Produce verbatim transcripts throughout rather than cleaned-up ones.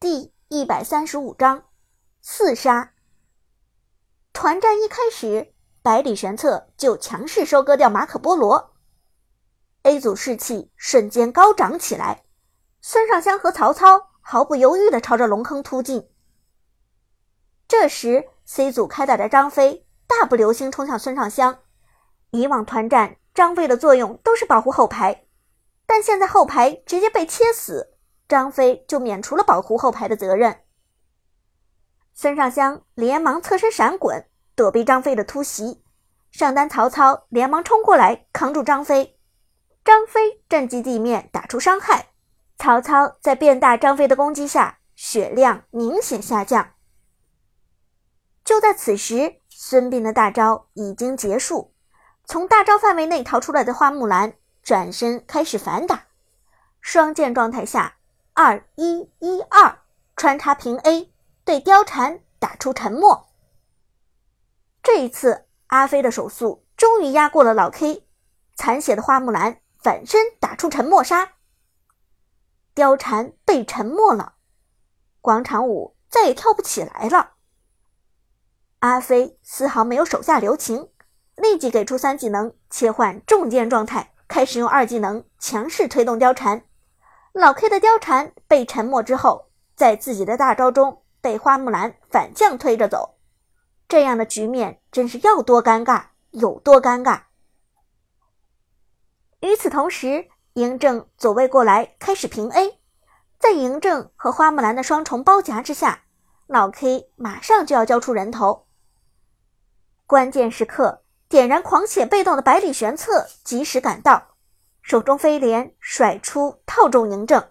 第一百三十五章四杀。团战一开始，百里玄策就强势收割掉马可波罗， A 组士气瞬间高涨起来，孙尚香和曹操毫不犹豫地朝着龙坑突进。这时 C 组开打的张飞大步流星冲向孙尚香。以往团战张飞的作用都是保护后排，但现在后排直接被切死，张飞就免除了保护后排的责任。孙尚香连忙侧身闪滚，躲避张飞的突袭，上单曹操连忙冲过来扛住张飞，张飞震击地面打出伤害，曹操在变大张飞的攻击下血量明显下降。就在此时，孙膑的大招已经结束，从大招范围内逃出来的花木兰转身开始反打，双剑状态下二一一二穿插平 A 对貂蝉打出沉默。这一次阿飞的手速终于压过了老 K， 残血的花木兰反身打出沉默杀，貂蝉被沉默了，广场舞再也跳不起来了。阿飞丝毫没有手下留情，立即给出三技能切换重剑状态，开始用二技能强势推动貂蝉。老 K 的貂蝉被沉默之后，在自己的大招中被花木兰反向推着走，这样的局面真是要多尴尬有多尴尬。与此同时，嬴政走位过来开始平 A， 在嬴政和花木兰的双重包夹之下，老 K 马上就要交出人头。关键时刻，点燃狂血被动的百里玄策及时赶到，手中飞镰甩出套中嬴政。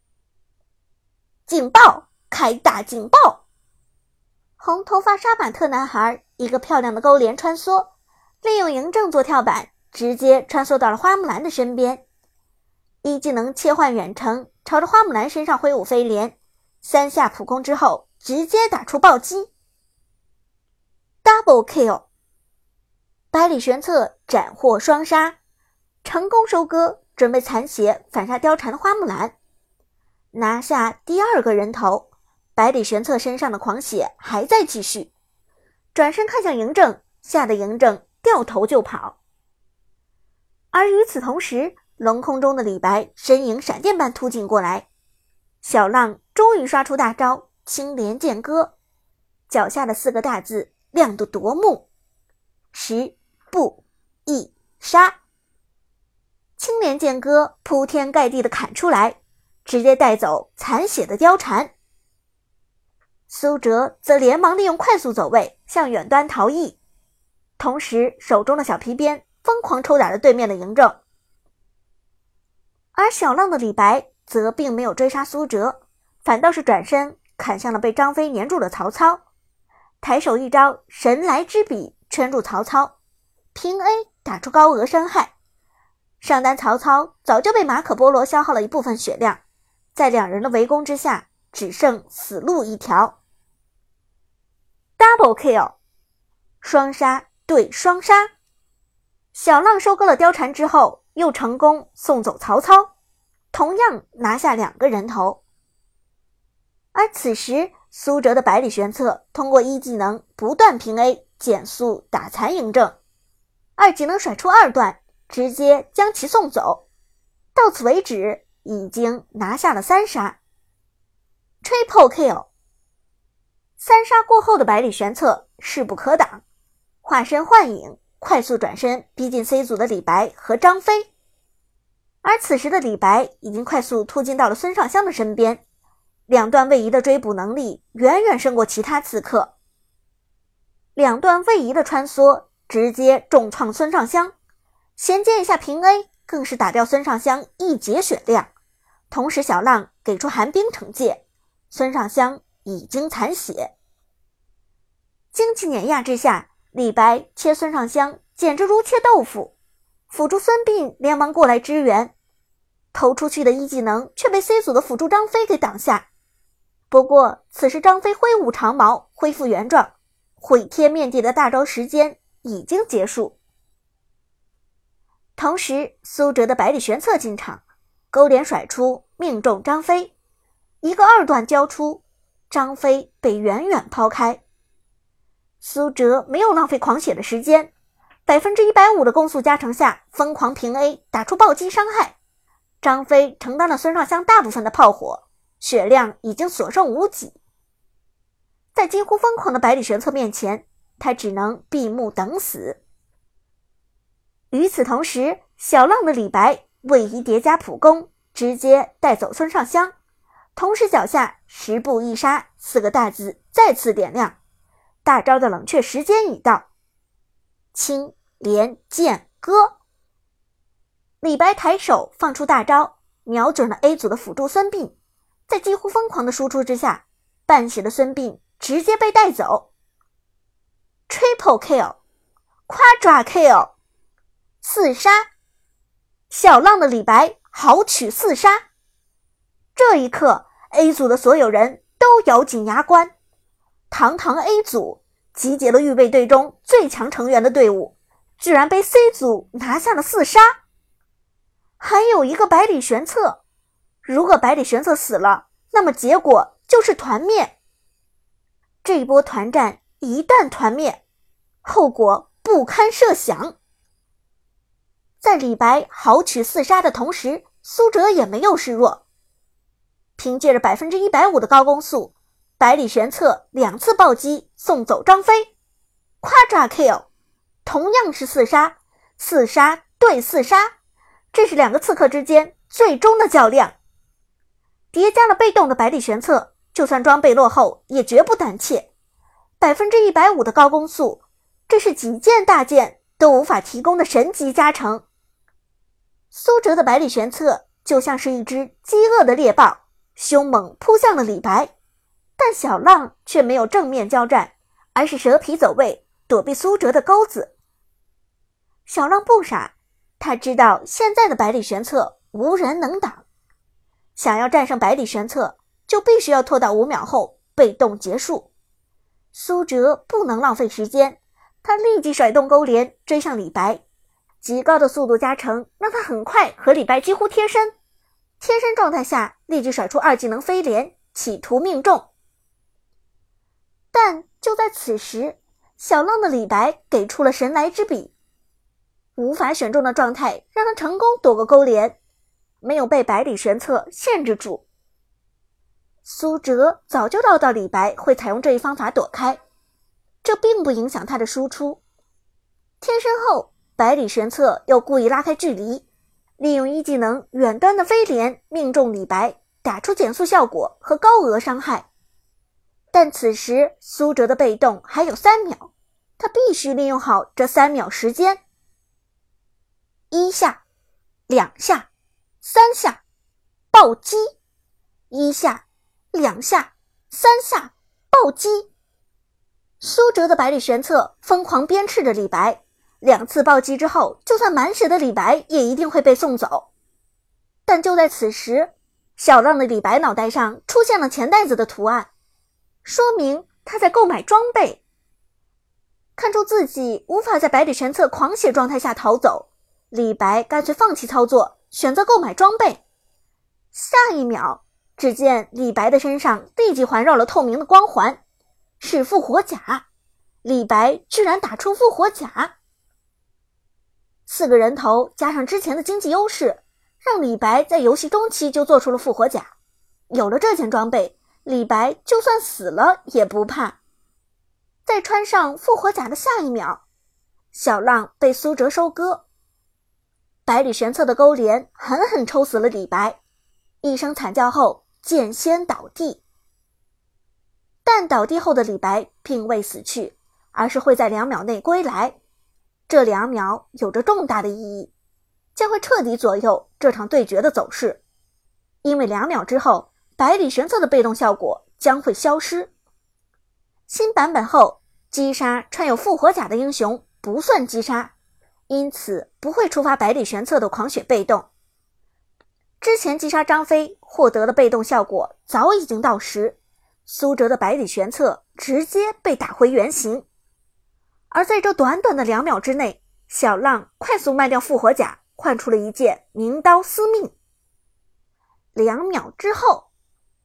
警报！开大警报！红头发杀马特男孩一个漂亮的勾连穿梭，利用嬴政做跳板，直接穿梭到了花木兰的身边。一技能切换远程，朝着花木兰身上挥舞飞镰，三下普攻之后直接打出暴击。Double kill， 百里玄策斩获双杀，成功收割准备残血反杀貂蝉的花木兰，拿下第二个人头。百里玄策身上的狂血还在继续，转身看向嬴政，吓得嬴政掉头就跑。而与此同时，龙空中的李白身影闪电般突进过来，小浪终于刷出大招青莲剑歌，脚下的四个大字亮得夺目：十不一杀。青莲剑歌铺天盖地的砍出来，直接带走残血的貂蝉。苏哲则连忙利用快速走位向远端逃逸，同时手中的小皮鞭疯狂抽打着对面的嬴政。而小浪的李白则并没有追杀苏哲，反倒是转身砍向了被张飞粘住的曹操，抬手一招神来之笔圈住曹操，平 A 打出高额伤害。上单曹操早就被马可波罗消耗了一部分血量，在两人的围攻之下只剩死路一条。Double kill， 双杀对双杀。小浪收割了貂蝉之后，又成功送走曹操，同样拿下两个人头。而此时苏哲的百里玄策通过一技能不断平 A 减速打残嬴政，二技能甩出二段，直接将其送走。到此为止，已经拿下了三杀。Triple kill， 三杀过后的百里玄策势不可挡，化身幻影，快速转身逼近 C 组的李白和张飞。而此时的李白已经快速突进到了孙尚香的身边，两段位移的追捕能力远远胜过其他刺客。两段位移的穿梭直接重创孙尚香，衔接一下平 A 更是打掉孙尚香一截血量，同时小浪给出寒冰惩戒，孙尚香已经残血。经济碾压之下，李白切孙尚香简直如切豆腐，辅助孙膑连忙过来支援，投出去的一技能却被 C 组的辅助张飞给挡下。不过此时张飞挥舞长矛恢复原状，毁天灭地的大招时间已经结束。同时苏哲的百里玄策进场，勾连甩出命中张飞， 一个二段交出，张飞被远远抛开。苏哲没有浪费狂血的时间，百分之一百五的攻速加成下，疯狂平 A 打出暴击伤害。张飞承担了孙尚香大部分的炮火，血量已经所剩无几。在几乎疯狂的百里玄策面前，他只能闭目等死。与此同时，小浪的李白位移叠加普攻，直接带走孙尚香，同时脚下十步一杀四个大字再次点亮，大招的冷却时间已到。青莲剑歌，李白抬手放出大招，瞄准了 A 组的辅助孙膑，在几乎疯狂的输出之下，半血的孙膑直接被带走。 Triple Kill Quadra Kill 四杀，小浪的李白豪取四杀。这一刻 A 组的所有人都咬紧牙关，堂堂 A 组集结了预备队中最强成员的队伍，居然被 C 组拿下了四杀。还有一个百里玄策，如果百里玄策死了，那么结果就是团灭。这一波团战一旦团灭，后果不堪设想。在李白豪取四杀的同时，苏哲也没有示弱，凭借着 百分之一百五 的高攻速，百里玄策两次暴击送走张飞。 Quadra Kill 同样是四杀，四杀对四杀，这是两个刺客之间最终的较量。叠加了被动的百里玄策，就算装备落后也绝不胆怯。 百分之一百五 的高攻速，这是几件大剑都无法提供的神级加成。苏哲的百里玄策就像是一只饥饿的猎豹，凶猛扑向了李白，但小浪却没有正面交战，而是蛇皮走位，躲避苏哲的钩子。小浪不傻，他知道现在的百里玄策无人能挡，想要战胜百里玄策，就必须要拖到五秒后被动结束。苏哲不能浪费时间，他立即甩动勾连追上李白，极高的速度加成让他很快和李白几乎贴身，贴身状态下立即甩出二技能飞连，企图命中。但就在此时，小浪的李白给出了神来之笔，无法选中的状态让他成功躲过勾连，没有被百里玄策限制住。苏哲早就料到李白会采用这一方法躲开，这并不影响他的输出。贴身后，百里玄策又故意拉开距离，利用一技能远端的飞连命中李白，打出减速效果和高额伤害。但此时苏哲的被动还有三秒，他必须利用好这三秒时间。一下，两下，三下，暴击！一下，两下，三下，暴击！苏哲的百里玄策疯狂鞭笞着李白，两次暴击之后，就算满血的李白也一定会被送走。但就在此时，小浪的李白脑袋上出现了钱袋子的图案，说明他在购买装备。看出自己无法在百里玄策狂血状态下逃走，李白干脆放弃操作，选择购买装备。下一秒，只见李白的身上立即环绕了透明的光环，是复活甲。李白居然打出复活甲。四个人头加上之前的经济优势，让李白在游戏中期就做出了复活甲。有了这件装备，李白就算死了也不怕。在穿上复活甲的下一秒，小浪被苏哲收割，百里玄策的勾连狠狠抽死了李白，一声惨叫后剑仙倒地。但倒地后的李白并未死去，而是会在两秒内归来。这两秒有着重大的意义，将会彻底左右这场对决的走势。因为两秒之后，百里玄策的被动效果将会消失。新版本后，击杀穿有复活甲的英雄不算击杀，因此不会触发百里玄策的狂血被动。之前击杀张飞获得的被动效果早已经到时，苏哲的百里玄策直接被打回原形。而在这短短的两秒之内，小浪快速卖掉复活甲，换出了一件名刀司命。两秒之后，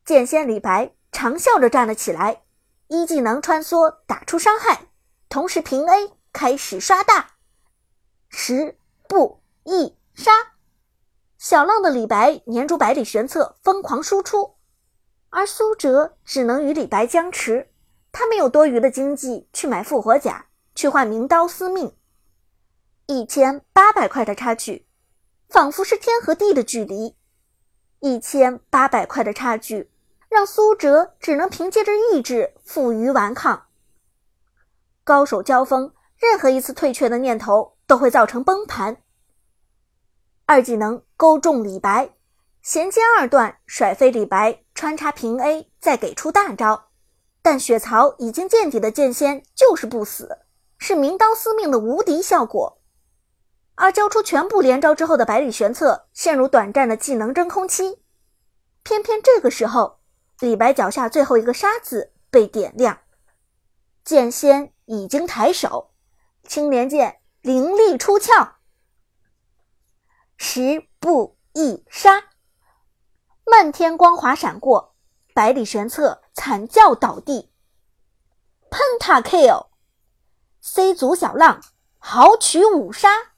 剑仙李白长啸着站了起来，一技能穿梭打出伤害，同时平 A 开始刷大，十步一杀。小浪的李白黏住百里玄策疯狂输出，而苏哲只能与李白僵持，他没有多余的经济去买复活甲，去换名刀司命。一千八百块的差距，仿佛是天和地的距离。一千八百块的差距，让苏哲只能凭借着意志负隅顽抗。高手交锋，任何一次退却的念头都会造成崩盘。二技能勾中李白，衔接二段甩飞李白，穿插平 A 再给出大招，但血槽已经见底的剑仙就是不死，是名刀司命的无敌效果。而交出全部连招之后的百里玄策陷入短暂的技能真空期，偏偏这个时候李白脚下最后一个杀字被点亮，剑仙已经抬手，青莲剑凌厉出鞘，十步一杀，漫天光华闪过，百里玄策惨叫倒地。 Penta kill， C 族小浪豪取五杀。